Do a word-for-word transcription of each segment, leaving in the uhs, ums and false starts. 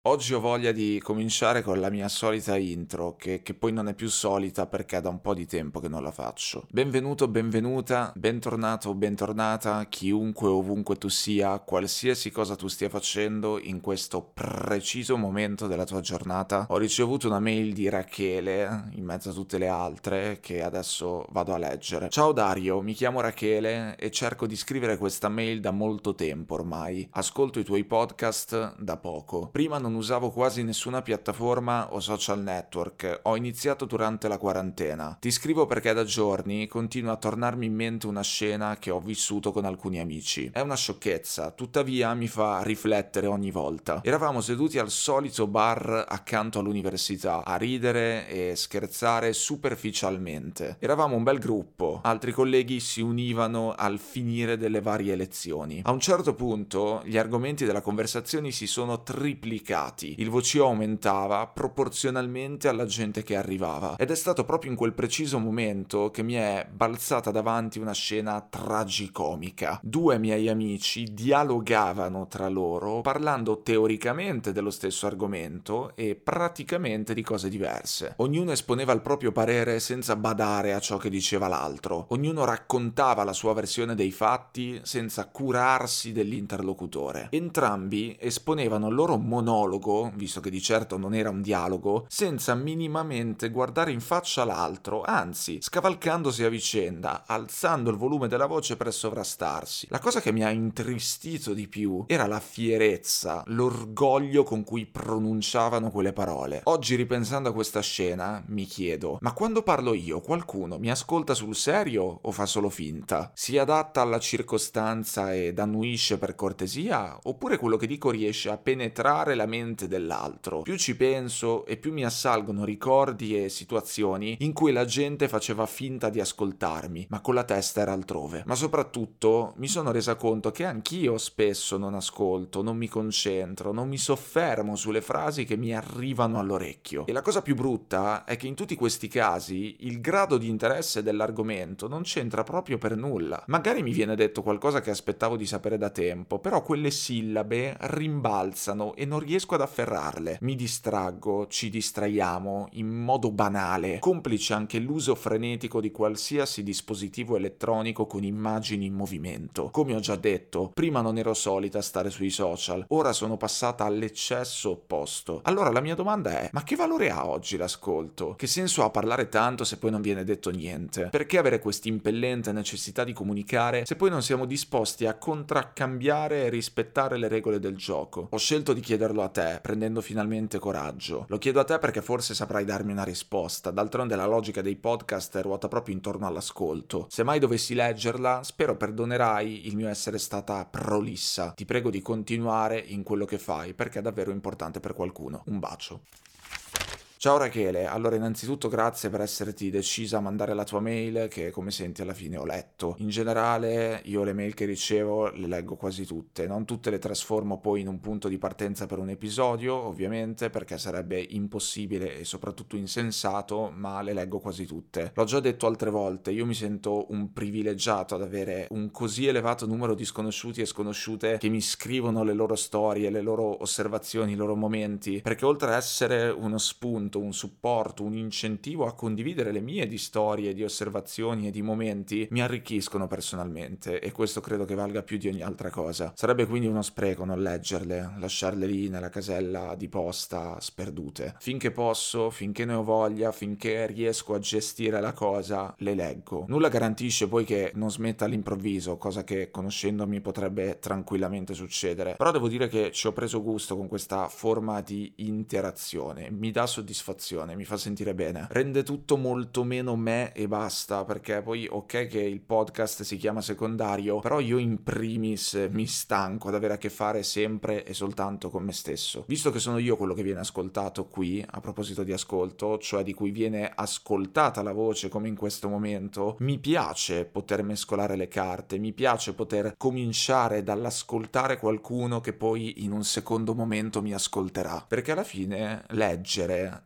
Oggi ho voglia di cominciare con la mia solita intro, che, che poi non è più solita perché è da un po' di tempo che non la faccio. Benvenuto, benvenuta, bentornato o bentornata, chiunque ovunque tu sia, qualsiasi cosa tu stia facendo in questo preciso momento della tua giornata. Ho ricevuto una mail di Rachele, in mezzo a tutte le altre, che adesso vado a leggere. Ciao Dario, mi chiamo Rachele e cerco di scrivere questa mail da molto tempo ormai. Ascolto i tuoi podcast da poco. Prima non usavo quasi nessuna piattaforma o social network, ho iniziato durante la quarantena. Ti scrivo perché da giorni continua a tornarmi in mente una scena che ho vissuto con alcuni amici. È una sciocchezza, tuttavia mi fa riflettere ogni volta. Eravamo seduti al solito bar accanto all'università, a ridere e scherzare superficialmente. Eravamo un bel gruppo, altri colleghi si univano al finire delle varie lezioni. A un certo punto gli argomenti della conversazione si sono triplicati. Il vocio aumentava proporzionalmente alla gente che arrivava ed è stato proprio in quel preciso momento che mi è balzata davanti una scena tragicomica. Due miei amici dialogavano tra loro parlando teoricamente dello stesso argomento e praticamente di cose diverse. Ognuno esponeva il proprio parere senza badare a ciò che diceva l'altro. Ognuno raccontava la sua versione dei fatti senza curarsi dell'interlocutore. Entrambi esponevano il loro monologo, visto che di certo non era un dialogo, senza minimamente guardare in faccia l'altro, anzi, scavalcandosi a vicenda, alzando il volume della voce per sovrastarsi. La cosa che mi ha intristito di più era la fierezza, l'orgoglio con cui pronunciavano quelle parole. Oggi, ripensando a questa scena, mi chiedo, ma quando parlo io, qualcuno mi ascolta sul serio o fa solo finta? Si adatta alla circostanza ed annuisce per cortesia, oppure quello che dico riesce a penetrare la mente dell'altro? Più ci penso e più mi assalgono ricordi e situazioni in cui la gente faceva finta di ascoltarmi, ma con la testa era altrove. Ma soprattutto mi sono resa conto che anch'io spesso non ascolto, non mi concentro, non mi soffermo sulle frasi che mi arrivano all'orecchio. E la cosa più brutta è che in tutti questi casi il grado di interesse dell'argomento non c'entra proprio per nulla. Magari mi viene detto qualcosa che aspettavo di sapere da tempo, però quelle sillabe rimbalzano e non riesco ad afferrarle. Mi distraggo, ci distraiamo in modo banale, complice anche l'uso frenetico di qualsiasi dispositivo elettronico con immagini in movimento. Come ho già detto, prima non ero solita stare sui social, ora sono passata all'eccesso opposto. Allora la mia domanda è: ma che valore ha oggi l'ascolto? Che senso ha parlare tanto se poi non viene detto niente? Perché avere questa impellente necessità di comunicare se poi non siamo disposti a contraccambiare e rispettare le regole del gioco? Ho scelto di chiederlo a te, prendendo finalmente coraggio. Lo chiedo a te perché forse saprai darmi una risposta. D'altronde la logica dei podcast ruota proprio intorno all'ascolto. Se mai dovessi leggerla, spero perdonerai il mio essere stata prolissa. Ti prego di continuare in quello che fai, perché è davvero importante per qualcuno. Un bacio. Ciao Rachele, allora innanzitutto grazie per esserti decisa a mandare la tua mail che come senti alla fine ho letto. In generale io le mail che ricevo le leggo quasi tutte, non tutte le trasformo poi in un punto di partenza per un episodio ovviamente perché sarebbe impossibile e soprattutto insensato, ma le leggo quasi tutte. L'ho già detto altre volte, io mi sento un privilegiato ad avere un così elevato numero di sconosciuti e sconosciute che mi scrivono le loro storie, le loro osservazioni, i loro momenti, perché oltre a essere uno spunto, un supporto, un incentivo a condividere le mie di storie, di osservazioni e di momenti, mi arricchiscono personalmente e questo credo che valga più di ogni altra cosa. Sarebbe quindi uno spreco non leggerle, lasciarle lì nella casella di posta sperdute. Finché posso, finché ne ho voglia, finché riesco a gestire la cosa, le leggo. Nulla garantisce poi che non smetta all'improvviso, cosa che conoscendomi potrebbe tranquillamente succedere. Però devo dire che ci ho preso gusto con questa forma di interazione, mi dà soddisfazione, mi fa sentire bene, rende tutto molto meno me e basta, perché poi ok che il podcast si chiama secondario, però io in primis mi stanco ad avere a che fare sempre e soltanto con me stesso. Visto che sono io quello che viene ascoltato qui, a proposito di ascolto, cioè di cui viene ascoltata la voce come in questo momento, mi piace poter mescolare le carte, mi piace poter cominciare dall'ascoltare qualcuno che poi in un secondo momento mi ascolterà, perché alla fine leggere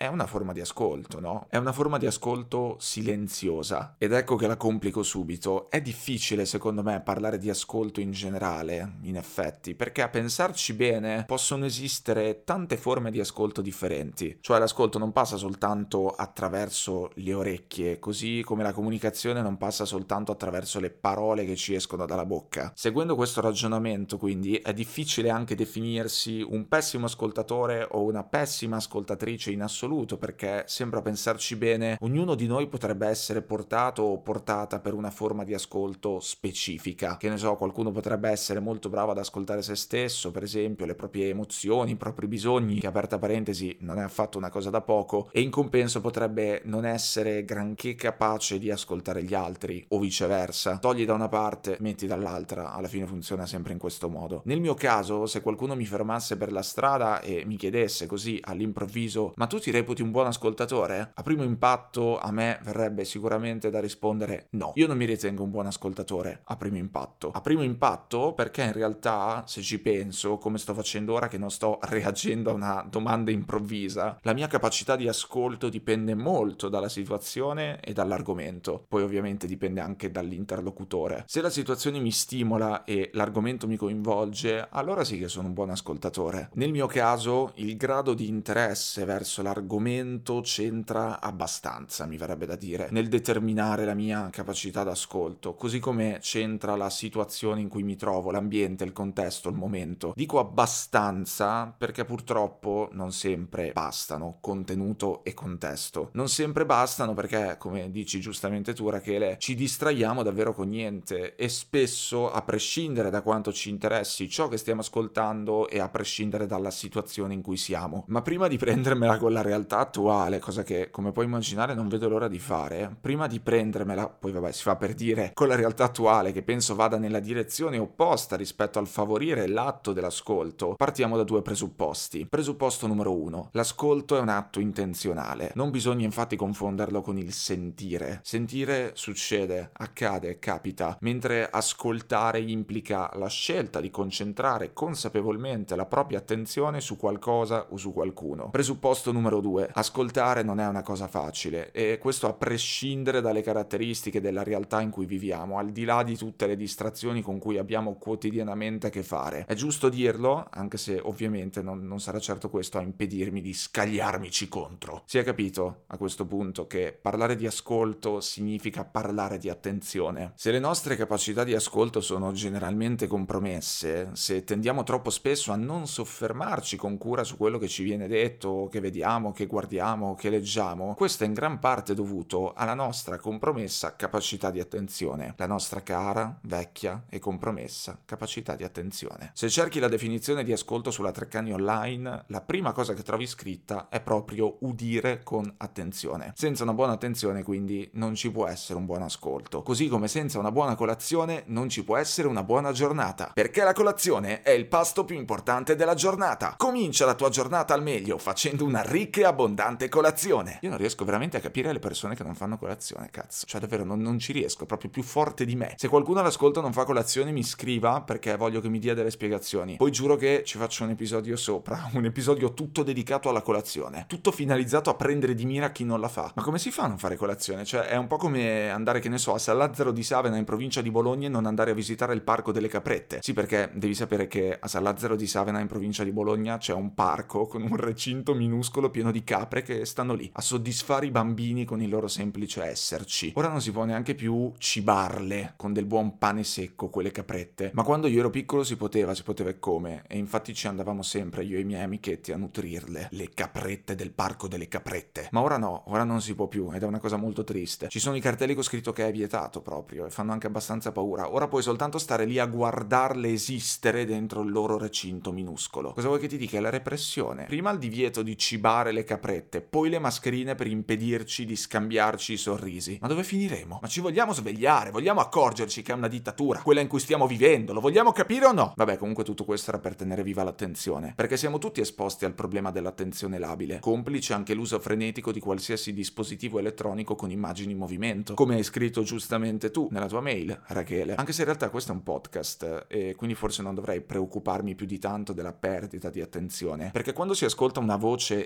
è una forma di ascolto, no? È una forma di ascolto silenziosa. Ed ecco che la complico subito. È difficile, secondo me, parlare di ascolto in generale, in effetti, perché a pensarci bene possono esistere tante forme di ascolto differenti. Cioè l'ascolto non passa soltanto attraverso le orecchie, così come la comunicazione non passa soltanto attraverso le parole che ci escono dalla bocca. Seguendo questo ragionamento, quindi, è difficile anche definirsi un pessimo ascoltatore o una pessima ascoltatrice in assoluto, perché sembra, a pensarci bene, ognuno di noi potrebbe essere portato o portata per una forma di ascolto specifica. Che ne so, qualcuno potrebbe essere molto bravo ad ascoltare se stesso, per esempio, le proprie emozioni, i propri bisogni, che, aperta parentesi, non è affatto una cosa da poco, e in compenso potrebbe non essere granché capace di ascoltare gli altri, o viceversa. Togli da una parte, metti dall'altra, alla fine funziona sempre in questo modo. Nel mio caso, se qualcuno mi fermasse per la strada e mi chiedesse così all'improvviso: ma tu ti reputi un buon ascoltatore? A primo impatto a me verrebbe sicuramente da rispondere no. Io non mi ritengo un buon ascoltatore a primo impatto. A primo impatto perché in realtà, se ci penso, come sto facendo ora che non sto reagendo a una domanda improvvisa, la mia capacità di ascolto dipende molto dalla situazione e dall'argomento. Poi ovviamente dipende anche dall'interlocutore. Se la situazione mi stimola e l'argomento mi coinvolge, allora sì che sono un buon ascoltatore. Nel mio caso il grado di interesse verso l'argomento c'entra abbastanza, mi verrebbe da dire, nel determinare la mia capacità d'ascolto, così come c'entra la situazione in cui mi trovo, l'ambiente, il contesto, il momento. Dico abbastanza perché purtroppo non sempre bastano contenuto e contesto. Non sempre bastano perché, come dici giustamente tu, Rachele, ci distraiamo davvero con niente, e spesso, a prescindere da quanto ci interessi ciò che stiamo ascoltando e a prescindere dalla situazione in cui siamo. Ma prima di prendermela con la realtà attuale, cosa che, come puoi immaginare, non vedo l'ora di fare, prima di prendermela, poi vabbè si fa per dire, con la realtà attuale, che penso vada nella direzione opposta rispetto al favorire l'atto dell'ascolto, partiamo da due presupposti. Presupposto numero uno: l'ascolto è un atto intenzionale. Non bisogna infatti confonderlo con il sentire. Sentire succede, accade, capita, mentre ascoltare implica la scelta di concentrare consapevolmente la propria attenzione su qualcosa o su qualcuno. Presupposto numero due: ascoltare non è una cosa facile, e questo a prescindere dalle caratteristiche della realtà in cui viviamo, al di là di tutte le distrazioni con cui abbiamo quotidianamente a che fare. È giusto dirlo, anche se ovviamente non, non sarà certo questo a impedirmi di scagliarmici contro. Si è capito a questo punto che parlare di ascolto significa parlare di attenzione. Se le nostre capacità di ascolto sono generalmente compromesse, se tendiamo troppo spesso a non soffermarci con cura su quello che ci viene detto, che vediamo, che guardiamo, che leggiamo, questo è in gran parte dovuto alla nostra compromessa capacità di attenzione, la nostra cara, vecchia e compromessa capacità di attenzione. Se cerchi la definizione di ascolto sulla Treccani online, la prima cosa che trovi scritta è proprio udire con attenzione. Senza una buona attenzione, quindi, non ci può essere un buon ascolto. Così come senza una buona colazione non ci può essere una buona giornata. Perché la colazione è il pasto più importante della giornata. Comincia la tua giornata al meglio facendo una ricca e abbondante colazione. Io non riesco veramente a capire le persone che non fanno colazione, cazzo. Cioè davvero non, non ci riesco, è proprio più forte di me. Se qualcuno all'ascolto non fa colazione mi scriva, perché voglio che mi dia delle spiegazioni. Poi giuro che ci faccio un episodio sopra, un episodio tutto dedicato alla colazione, tutto finalizzato a prendere di mira chi non la fa. Ma come si fa a non fare colazione? Cioè è un po' come andare, che ne so, a San Lazzaro di Savena in provincia di Bologna e non andare a visitare il parco delle caprette. Sì, perché devi sapere che a San Lazzaro di Savena in provincia di Bologna c'è un parco con un recinto minuscolo pieno di capre che stanno lì a soddisfare i bambini con il loro semplice esserci. Ora non si può neanche più cibarle con del buon pane secco quelle caprette, ma quando io ero piccolo si poteva, si poteva e come, e infatti ci andavamo sempre io e i miei amichetti a nutrirle, le caprette del parco delle caprette. Ma ora no, ora non si può più ed è una cosa molto triste. Ci sono i cartelli con scritto che è vietato proprio e fanno anche abbastanza paura. Ora puoi soltanto stare lì a guardarle esistere dentro il loro recinto minuscolo. Cosa vuoi che ti dica? È la repressione. Prima il divieto di cibare le caprette, poi le mascherine per impedirci di scambiarci i sorrisi. Ma dove finiremo? Ma ci vogliamo svegliare? Vogliamo accorgerci che è una dittatura, quella in cui stiamo vivendo? Lo vogliamo capire o no? Vabbè, comunque tutto questo era per tenere viva l'attenzione, perché siamo tutti esposti al problema dell'attenzione labile, complice anche l'uso frenetico di qualsiasi dispositivo elettronico con immagini in movimento, come hai scritto giustamente tu nella tua mail, Rachele. Anche se in realtà questo è un podcast e quindi forse non dovrei preoccuparmi più di tanto della perdita di attenzione, perché quando si ascolta una voce e basta,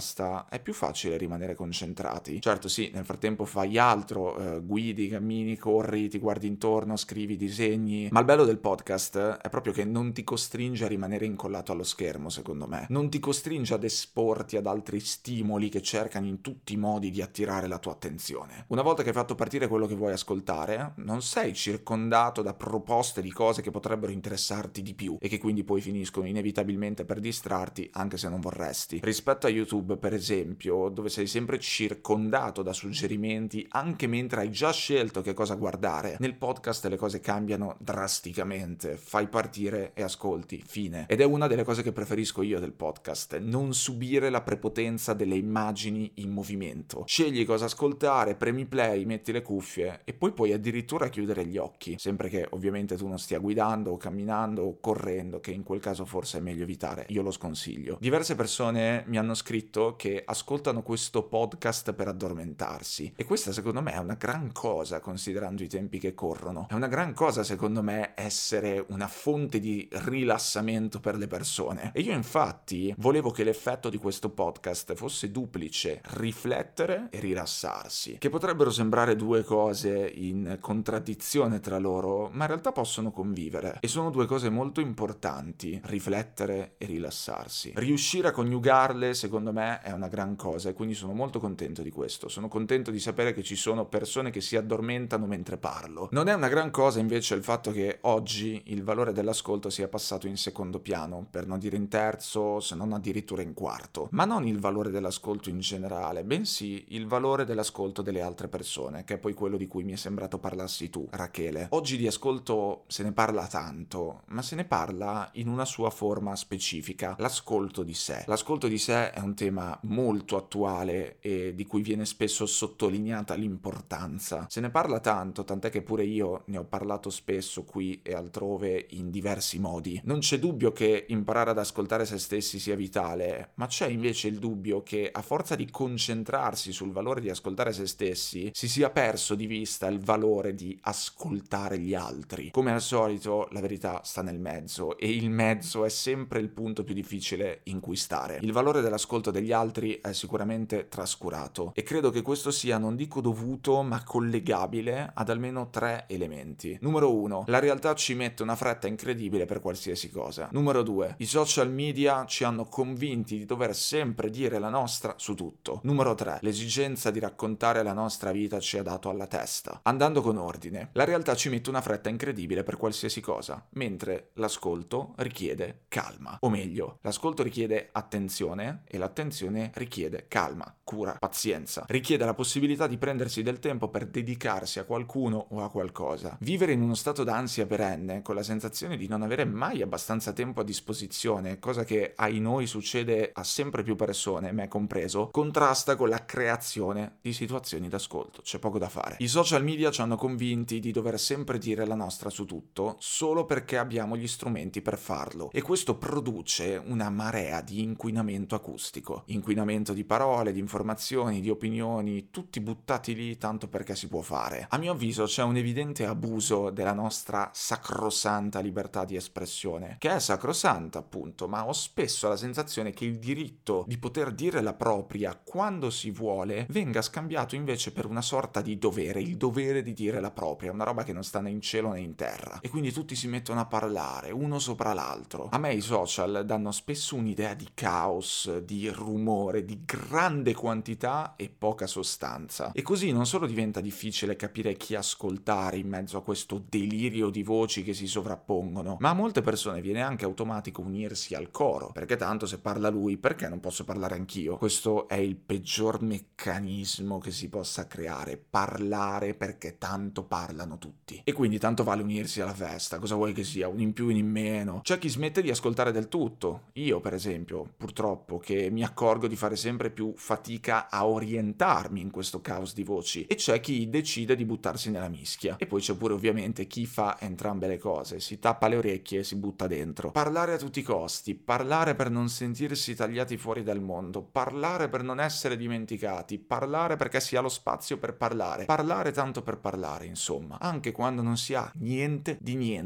testa è più facile rimanere concentrati. Certo sì, nel frattempo fai altro, eh, guidi, cammini, corri, ti guardi intorno, scrivi, disegni, ma il bello del podcast è proprio che non ti costringe a rimanere incollato allo schermo, secondo me. Non ti costringe ad esporti ad altri stimoli che cercano in tutti i modi di attirare la tua attenzione. Una volta che hai fatto partire quello che vuoi ascoltare, non sei circondato da proposte di cose che potrebbero interessarti di più e che quindi poi finiscono inevitabilmente per distrarti anche se non vorresti. Rispetto a YouTube, per esempio, dove sei sempre circondato da suggerimenti anche mentre hai già scelto che cosa guardare, nel podcast le cose cambiano drasticamente. Fai partire e ascolti, fine. Ed è una delle cose che preferisco io del podcast, non subire la prepotenza delle immagini in movimento. Scegli cosa ascoltare, premi play, metti le cuffie e poi puoi addirittura chiudere gli occhi, sempre che ovviamente tu non stia guidando o camminando o correndo, che in quel caso forse è meglio evitare. Io lo sconsiglio. Diverse persone mi hanno scritto che ascoltano questo podcast per addormentarsi e questa secondo me è una gran cosa considerando i tempi che corrono. È una gran cosa secondo me essere una fonte di rilassamento per le persone e io infatti volevo che l'effetto di questo podcast fosse duplice: riflettere e rilassarsi, che potrebbero sembrare due cose in contraddizione tra loro, ma in realtà possono convivere e sono due cose molto importanti: riflettere e rilassarsi. Riuscire a coniugarle secondo me è una gran cosa e quindi sono molto contento di questo. Sono contento di sapere che ci sono persone che si addormentano mentre parlo. Non è una gran cosa invece il fatto che oggi il valore dell'ascolto sia passato in secondo piano, per non dire in terzo, se non addirittura in quarto. Ma non il valore dell'ascolto in generale, bensì il valore dell'ascolto delle altre persone, che è poi quello di cui mi è sembrato parlassi tu, Rachele. Oggi di ascolto se ne parla tanto, ma se ne parla in una sua forma specifica, l'ascolto di sé. L'ascolto di sé è un tema molto attuale e di cui viene spesso sottolineata l'importanza. Se ne parla tanto, tant'è che pure io ne ho parlato spesso qui e altrove in diversi modi. Non c'è dubbio che imparare ad ascoltare se stessi sia vitale, ma c'è invece il dubbio che a forza di concentrarsi sul valore di ascoltare se stessi, si sia perso di vista il valore di ascoltare gli altri. Come al solito, la verità sta nel mezzo e il mezzo è sempre il punto più difficile in cui stare. Il valore dell'ascolto degli altri è sicuramente trascurato e credo che questo sia, non dico dovuto, ma collegabile ad almeno tre elementi. Numero uno, la realtà ci mette una fretta incredibile per qualsiasi cosa. Numero due, i social media ci hanno convinti di dover sempre dire la nostra su tutto. Numero tre, l'esigenza di raccontare la nostra vita ci ha dato alla testa. Andando con ordine, la realtà ci mette una fretta incredibile per qualsiasi cosa, mentre l'ascolto richiede calma. O meglio, l'ascolto richiede attenzione e l'attenzione richiede calma, cura, pazienza. Richiede la possibilità di prendersi del tempo per dedicarsi a qualcuno o a qualcosa. Vivere in uno stato d'ansia perenne, con la sensazione di non avere mai abbastanza tempo a disposizione, cosa che ai noi succede a sempre più persone, me compreso, contrasta con la creazione di situazioni d'ascolto. C'è poco da fare. I social media ci hanno convinti di dover sempre dire la nostra su tutto, solo perché abbiamo gli strumenti per farlo. E questo produce una marea di inquinamento acustico. Inquinamento di parole, di informazioni, di opinioni, tutti buttati lì tanto perché si può fare. A mio avviso c'è un evidente abuso della nostra sacrosanta libertà di espressione, che è sacrosanta appunto, ma ho spesso la sensazione che il diritto di poter dire la propria quando si vuole venga scambiato invece per una sorta di dovere, il dovere di dire la propria, una roba che non sta né in cielo né in terra. E quindi tutti si mettono a parlare, uno sopra l'altro. A me i social danno spesso un'idea di caos, di rumore, di grande quantità e poca sostanza. E così non solo diventa difficile capire chi ascoltare in mezzo a questo delirio di voci che si sovrappongono, ma a molte persone viene anche automatico unirsi al coro, perché tanto se parla lui, perché non posso parlare anch'io? Questo è il peggior meccanismo che si possa creare, parlare perché tanto parlano tutti. E quindi tanto vale unirsi alla festa, cosa vuoi che sia, un in più, un in meno. C'è chi smette di ascoltare del tutto. Io, per esempio, purtroppo, che mi accorgo di fare sempre più fatica a orientarmi in questo caos di voci, e c'è chi decide di buttarsi nella mischia. E poi c'è pure ovviamente chi fa entrambe le cose, si tappa le orecchie e si butta dentro. Parlare a tutti i costi, parlare per non sentirsi tagliati fuori dal mondo, parlare per non essere dimenticati, parlare perché si ha lo spazio per parlare, parlare tanto per parlare, insomma, anche quando non si ha niente di niente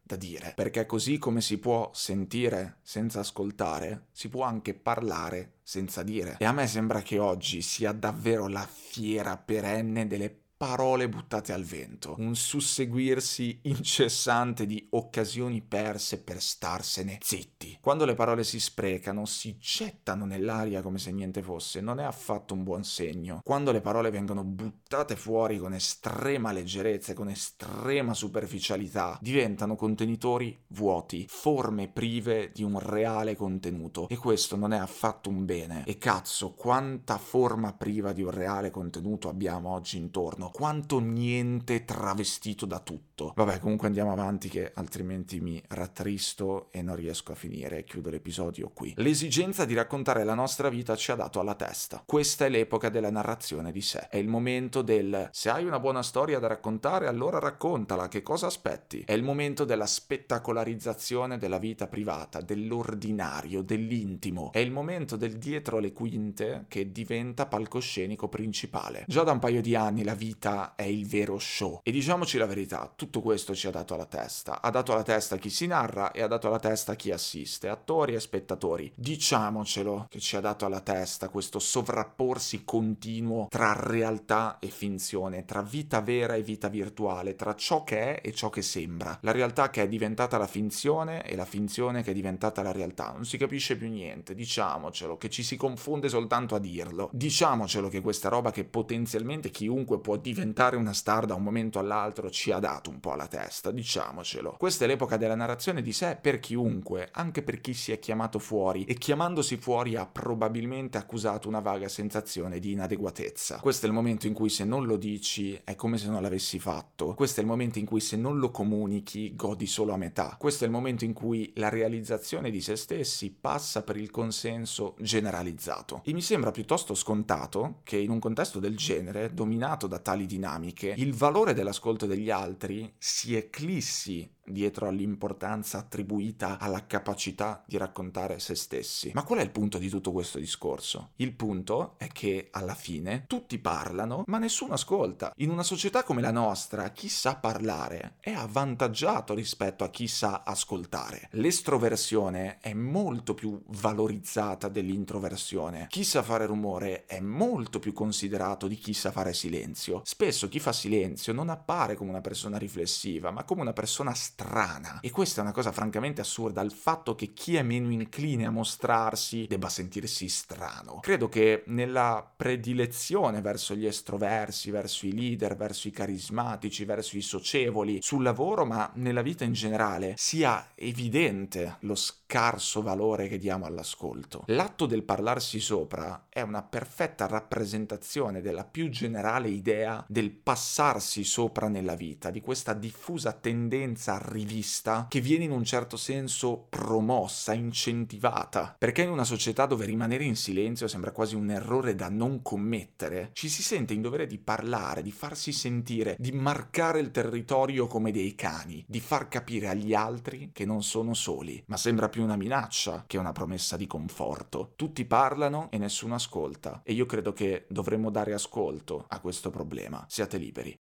da dire, perché così come si può sentire senza ascoltare, si può anche parlare senza dire. E a me sembra che oggi sia davvero la fiera perenne delle parole buttate al vento, un susseguirsi incessante di occasioni perse per starsene zitti. Quando le parole si sprecano, si gettano nell'aria come se niente fosse, non è affatto un buon segno. Quando le parole vengono buttate fuori con estrema leggerezza e con estrema superficialità, diventano contenitori vuoti, forme prive di un reale contenuto, e questo non è affatto un bene. E cazzo, quanta forma priva di un reale contenuto abbiamo oggi intorno, quanto niente travestito da tutto. Vabbè, comunque andiamo avanti, che altrimenti mi rattristo e non riesco a finire. Chiudo l'episodio qui. L'esigenza di raccontare la nostra vita ci ha dato alla testa. Questa è l'epoca della narrazione di sé. È il momento del se hai una buona storia da raccontare, allora raccontala, che cosa aspetti? È il momento della spettacolarizzazione della vita privata, dell'ordinario, dell'intimo. È il momento del dietro le quinte che diventa palcoscenico principale. Già da un paio di anni la vita è il vero show. E diciamoci la verità, tutto questo ci ha dato alla testa. Ha dato alla testa chi si narra e ha dato alla testa chi assiste, attori e spettatori. Diciamocelo che ci ha dato alla testa questo sovrapporsi continuo tra realtà e finzione, tra vita vera e vita virtuale, tra ciò che è e ciò che sembra. La realtà che è diventata la finzione e la finzione che è diventata la realtà. Non si capisce più niente, diciamocelo, che ci si confonde soltanto a dirlo. Diciamocelo che questa roba che potenzialmente chiunque può diventare una star da un momento all'altro ci ha dato un po' alla testa, diciamocelo. Questa è l'epoca della narrazione di sé per chiunque, anche per chi si è chiamato fuori, e chiamandosi fuori ha probabilmente accusato una vaga sensazione di inadeguatezza. Questo è il momento in cui se non lo dici è come se non l'avessi fatto. Questo è il momento in cui se non lo comunichi godi solo a metà. Questo è il momento in cui la realizzazione di se stessi passa per il consenso generalizzato. E mi sembra piuttosto scontato che in un contesto del genere, dominato da tali dinamiche, il valore dell'ascolto degli altri si eclissi dietro all'importanza attribuita alla capacità di raccontare se stessi. Ma qual è il punto di tutto questo discorso? Il punto è che alla fine tutti parlano, ma nessuno ascolta. In una società come la nostra, chi sa parlare è avvantaggiato rispetto a chi sa ascoltare. L'estroversione è molto più valorizzata dell'introversione. Chi sa fare rumore è molto più considerato di chi sa fare silenzio. Spesso chi fa silenzio non appare come una persona riflessiva, ma come una persona strana. E questa è una cosa francamente assurda, il fatto che chi è meno incline a mostrarsi debba sentirsi strano. Credo che nella predilezione verso gli estroversi, verso i leader, verso i carismatici, verso i socievoli, sul lavoro, ma nella vita in generale, sia evidente lo scarso valore che diamo all'ascolto. L'atto del parlarsi sopra è una perfetta rappresentazione della più generale idea del passarsi sopra nella vita, di questa diffusa tendenza rivista che viene in un certo senso promossa, incentivata, perché in una società dove rimanere in silenzio sembra quasi un errore da non commettere, ci si sente in dovere di parlare, di farsi sentire, di marcare il territorio come dei cani, di far capire agli altri che non sono soli, ma sembra più una minaccia che una promessa di conforto. Tutti parlano e nessuno ascolta, e io credo che dovremmo dare ascolto a questo problema. Siate liberi.